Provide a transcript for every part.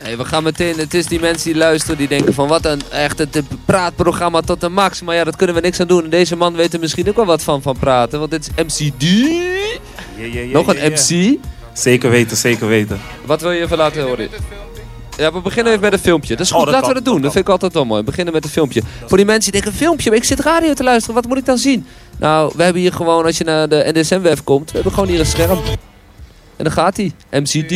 Hey, we gaan meteen, het is die mensen die luisteren, die denken van wat een echt het praatprogramma tot de max. Maar ja, dat kunnen we niks aan doen. En deze man weet er misschien ook wel wat van praten, want dit is MCD. Nog een MC. Zeker weten, zeker weten. Wat wil je even laten horen? Ja, we beginnen even met een filmpje. Dat is goed, laten we dat doen. Dat vind ik altijd wel mooi. We beginnen met een filmpje. Voor die mensen die denken, filmpje, maar ik zit radio te luisteren, wat moet ik dan zien? Nou, we hebben hier gewoon, als je naar de NDSM-web komt, we hebben gewoon hier een scherm. En dan gaat hij. MCD.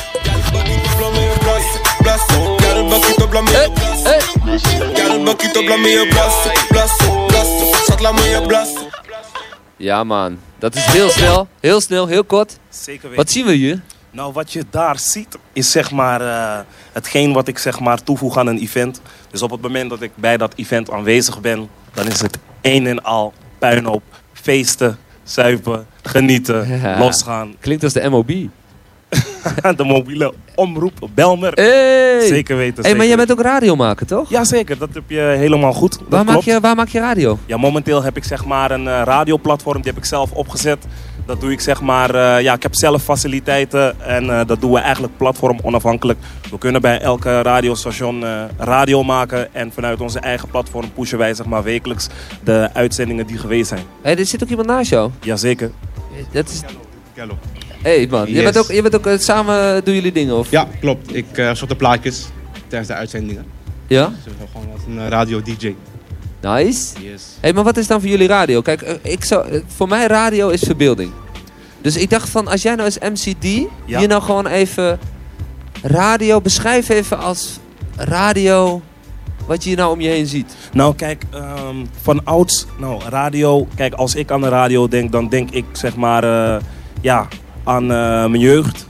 Ja man, dat is heel snel, heel kort. Zeker weten. Wat zien we hier? Nou, wat je daar ziet is zeg maar hetgeen wat ik zeg maar toevoeg aan een event. Dus op het moment dat ik bij dat event aanwezig ben, dan is het een en al puinhoop, feesten, zuipen, genieten, losgaan. Klinkt als de MOB. De mobiele omroep, Belmer. Hey. Zeker weten. Hey, maar jij bent ook radio maken, toch? Ja, zeker. Dat heb je helemaal goed. Waar maak je radio? Ja, momenteel heb ik zeg maar een radioplatform. Die heb ik zelf opgezet. Dat doe ik zeg maar... ik heb zelf faciliteiten. En dat doen we eigenlijk platform onafhankelijk. We kunnen bij elke radiostation radio maken. En vanuit onze eigen platform pushen wij zeg maar wekelijks de uitzendingen die geweest zijn. Hey, er zit ook iemand naast jou. Jazeker. Dat is... Hey man, yes. je bent ook samen doen jullie dingen of? Ja, klopt. Ik zocht de plaatjes tijdens de uitzendingen. Ja? Dus gewoon als een radio-dj. Nice. Yes. Hey, maar wat is dan voor jullie radio? Kijk, voor mij radio is verbeelding. Dus ik dacht van, als jij nou als MCD hier nou gewoon even radio, beschrijf even als radio wat je hier nou om je heen ziet. Nou kijk, van ouds, radio, kijk als ik aan de radio denk, dan denk ik zeg maar, aan mijn jeugd.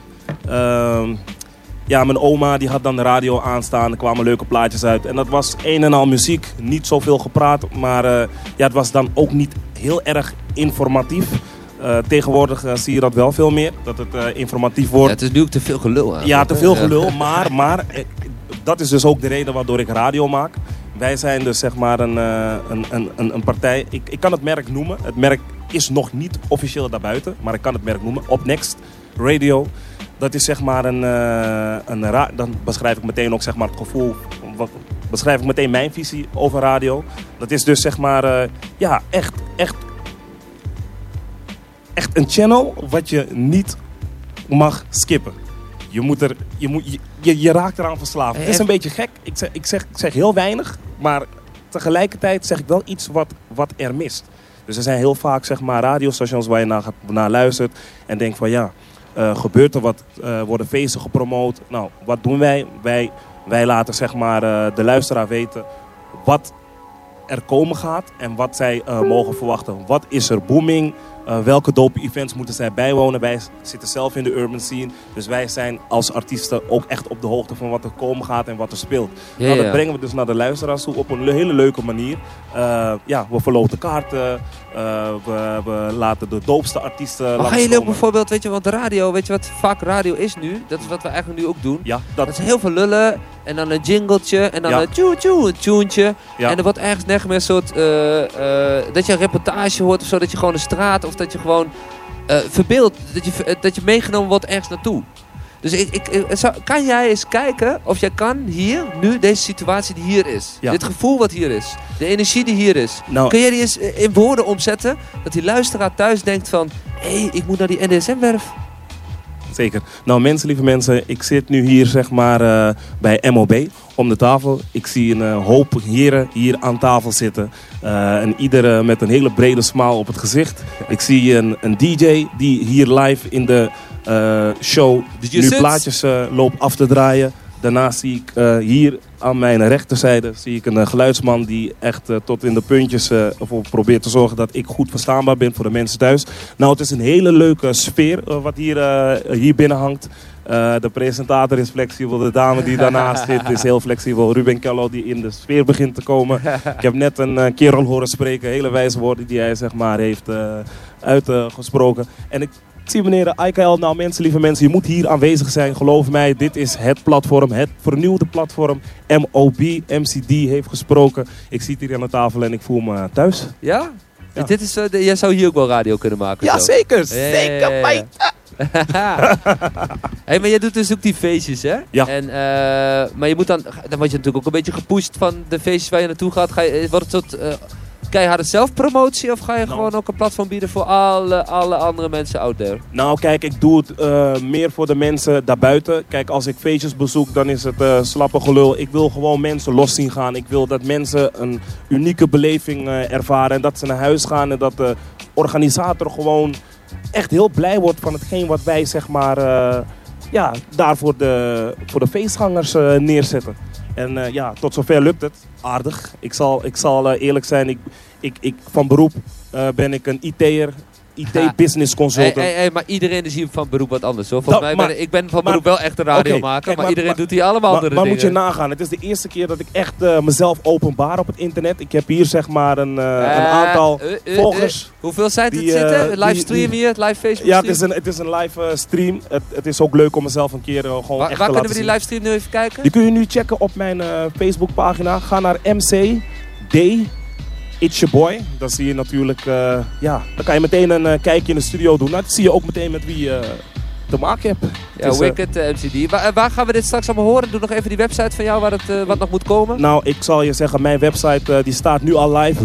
Mijn oma die had dan de radio aanstaan, er kwamen leuke plaatjes uit. En dat was een en al muziek, niet zoveel gepraat, maar het was dan ook niet heel erg informatief. Tegenwoordig zie je dat wel veel meer, dat het informatief wordt. Ja, het is nu ook te veel gelul aan. Ja, te veel gelul, maar dat is dus ook de reden waardoor ik radio maak. Wij zijn dus zeg maar een partij, ik kan het merk noemen. Het merk is nog niet officieel daarbuiten, maar ik kan het merk noemen. Op Next Radio. Dat is zeg maar dan beschrijf ik meteen ook zeg maar het gevoel, beschrijf ik meteen mijn visie over radio. Dat is dus zeg maar, echt een channel wat je niet mag skippen. Je raakt eraan verslaafd. Het is een beetje gek. Ik zeg heel weinig, maar tegelijkertijd zeg ik wel iets wat er mist. Dus er zijn heel vaak zeg maar radiostations waar je naar luistert en denkt van gebeurt er wat, worden feesten gepromoot. Nou, wat doen wij? Wij laten zeg maar de luisteraar weten wat er komen gaat en wat zij mogen verwachten. Wat is er booming? Welke dope events moeten zij bijwonen? Wij zitten zelf in de urban scene. Dus wij zijn als artiesten ook echt op de hoogte van wat er komen gaat en wat er speelt. Dat brengen we dus naar de luisteraars toe op een hele leuke manier. We verloten kaarten. We laten de doopste artiesten langskomen. Gaan jullie ook bijvoorbeeld, weet je wat radio, weet je wat vaak radio is nu? Dat is wat we eigenlijk nu ook doen. Ja, dat is heel veel lullen en dan een jingletje en dan een tuentje. Ja. En er wordt ergens net meer een soort, dat je een reportage hoort of zo, dat je gewoon een straat of dat je gewoon verbeeldt, dat je meegenomen wordt ergens naartoe. Dus kan jij eens kijken of jij kan hier, nu, deze situatie die hier is. Ja. Dit gevoel wat hier is. De energie die hier is. Nou, kun jij die eens in woorden omzetten? Dat die luisteraar thuis denkt van, hé, ik moet naar die NDSM-werf. Zeker. Nou mensen, lieve mensen, ik zit nu hier zeg maar bij MOB om de tafel. Ik zie een hoop heren hier aan tafel zitten. En ieder met een hele brede smile op het gezicht. Ik zie een DJ die hier live in de show nu plaatjes loopt af te draaien. Daarnaast zie ik hier aan mijn rechterzijde zie ik een geluidsman die echt tot in de puntjes ervoor probeert te zorgen dat ik goed verstaanbaar ben voor de mensen thuis. Nou, het is een hele leuke sfeer wat hier binnen hangt. De presentator is flexibel, de dame die daarnaast zit is heel flexibel. Ruben Kello die in de sfeer begint te komen. Ik heb net een kerel horen spreken, hele wijze woorden die hij zeg maar heeft uitgesproken. En ik zie meneer IKL, nou mensen, lieve mensen, je moet hier aanwezig zijn. Geloof mij, dit is het platform, het vernieuwde platform. MOB, MCD heeft gesproken. Ik zit hier aan de tafel en ik voel me thuis. Ja? Ja. Dit is, jij zou hier ook wel radio kunnen maken? Ja, zo. Zeker. Zeker, Hey, maar jij doet dus ook die feestjes, hè? Ja. En, maar je moet dan word je natuurlijk ook een beetje gepusht van de feestjes waar je naartoe gaat. Wordt het tot keiharde zelfpromotie of ga je gewoon ook een platform bieden voor alle andere mensen out there? Nou kijk, ik doe het meer voor de mensen daarbuiten. Kijk, als ik feestjes bezoek, dan is het slappe gelul. Ik wil gewoon mensen los zien gaan. Ik wil dat mensen een unieke beleving ervaren. En dat ze naar huis gaan en dat de organisator gewoon echt heel blij wordt van hetgeen wat wij zeg maar daar voor de feestgangers neerzetten. En tot zover lukt het. Aardig. Ik zal eerlijk zijn, ik van beroep ben ik een IT'er. IT-business consultant. Maar iedereen is hier van beroep wat anders, hoor. Volgens mij ik ben van beroep wel echt een radiomaker, maar iedereen doet hier allemaal andere dingen. Maar moet je nagaan, het is de eerste keer dat ik echt mezelf openbaar op het internet. Ik heb hier zeg maar een aantal volgers. Hoeveel zijn het zitten? Livestream hier, live Facebook Ja, het is een live stream. Het is ook leuk om mezelf een keer gewoon echt te laten zien. Waar kunnen we die livestream nu even kijken? Die kun je nu checken op mijn Facebookpagina. Ga naar MCD. It's your boy. Dan zie je natuurlijk, dan kan je meteen een kijkje in de studio doen. Nou, dan zie je ook meteen met wie je te maken hebt. Ja, dus, Wicked MCD. Waar gaan we dit straks allemaal horen? Doe nog even die website van jou wat nog moet komen. Nou, ik zal je zeggen, mijn website die staat nu al live.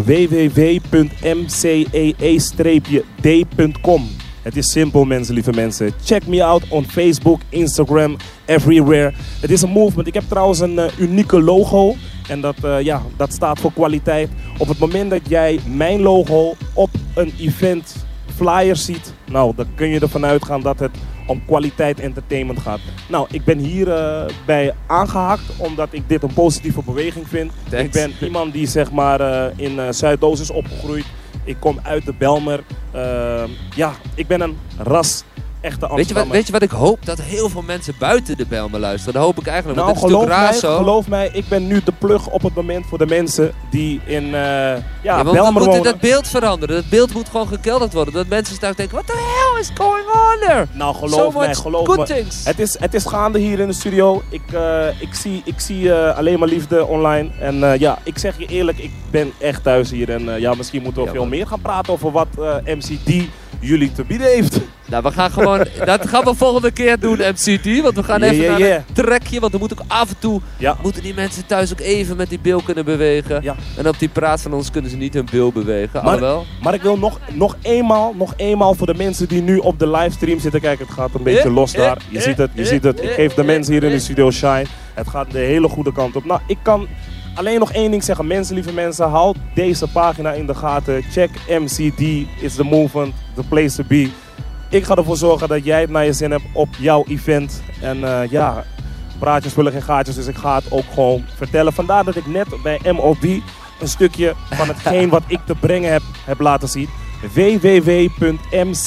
www.mcee-d.com. Het is simpel, mensen, lieve mensen. Check me out on Facebook, Instagram, everywhere. Het is een movement. Ik heb trouwens een unieke logo. En dat staat voor kwaliteit. Op het moment dat jij mijn logo op een event flyer ziet, nou, dan kun je ervan uitgaan dat het om kwaliteit entertainment gaat. Nou, ik ben hier bij aangehaakt omdat ik dit een positieve beweging vind. Thanks. Ik ben iemand die zeg maar in Zuidoost is opgegroeid. Ik kom uit de Bijlmer. Ik ben een echte Amsterdammer. Weet je wat ik hoop? Dat heel veel mensen buiten de Bijlmer luisteren. Dat hoop ik eigenlijk. Nou, Want geloof mij, ik ben nu de plug op het moment voor de mensen die in Bijlmer we moeten wonen. dat beeld veranderen. Dat beeld moet gewoon gekelderd worden. Dat mensen straks denken, what the hell is going on there? Nou, geloof me. Het is gaande hier in de studio. Ik zie alleen maar liefde online. En ik zeg je eerlijk, ik ben echt thuis hier. En misschien moeten we veel meer gaan praten over wat MCD jullie te bieden heeft. Nou, we gaan gewoon, dat gaan we volgende keer doen, MCD. Want we gaan even naar een trekje. Want we moeten ook af en toe, moeten die mensen thuis ook even met die bil kunnen bewegen. Ja. En op die praat van ons kunnen ze niet hun bil bewegen. Maar ik wil nog eenmaal voor de mensen die nu op de livestream zitten. Kijk, het gaat een beetje los daar. Je ziet het. Ik geef de mensen hier in de studio shine. Het gaat de hele goede kant op. Nou, ik kan alleen nog één ding zeggen. Mensen, lieve mensen, houd deze pagina in de gaten. Check MCD. It's the movement. The place to be. Ik ga ervoor zorgen dat jij het naar je zin hebt op jouw event. En praatjes vullen geen gaatjes, dus ik ga het ook gewoon vertellen. Vandaar dat ik net bij MOB een stukje van hetgeen wat ik te brengen heb laten zien.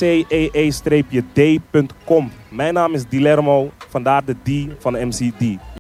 www.mcee-d.com. Mijn naam is Dilermo, vandaar de D van MCD.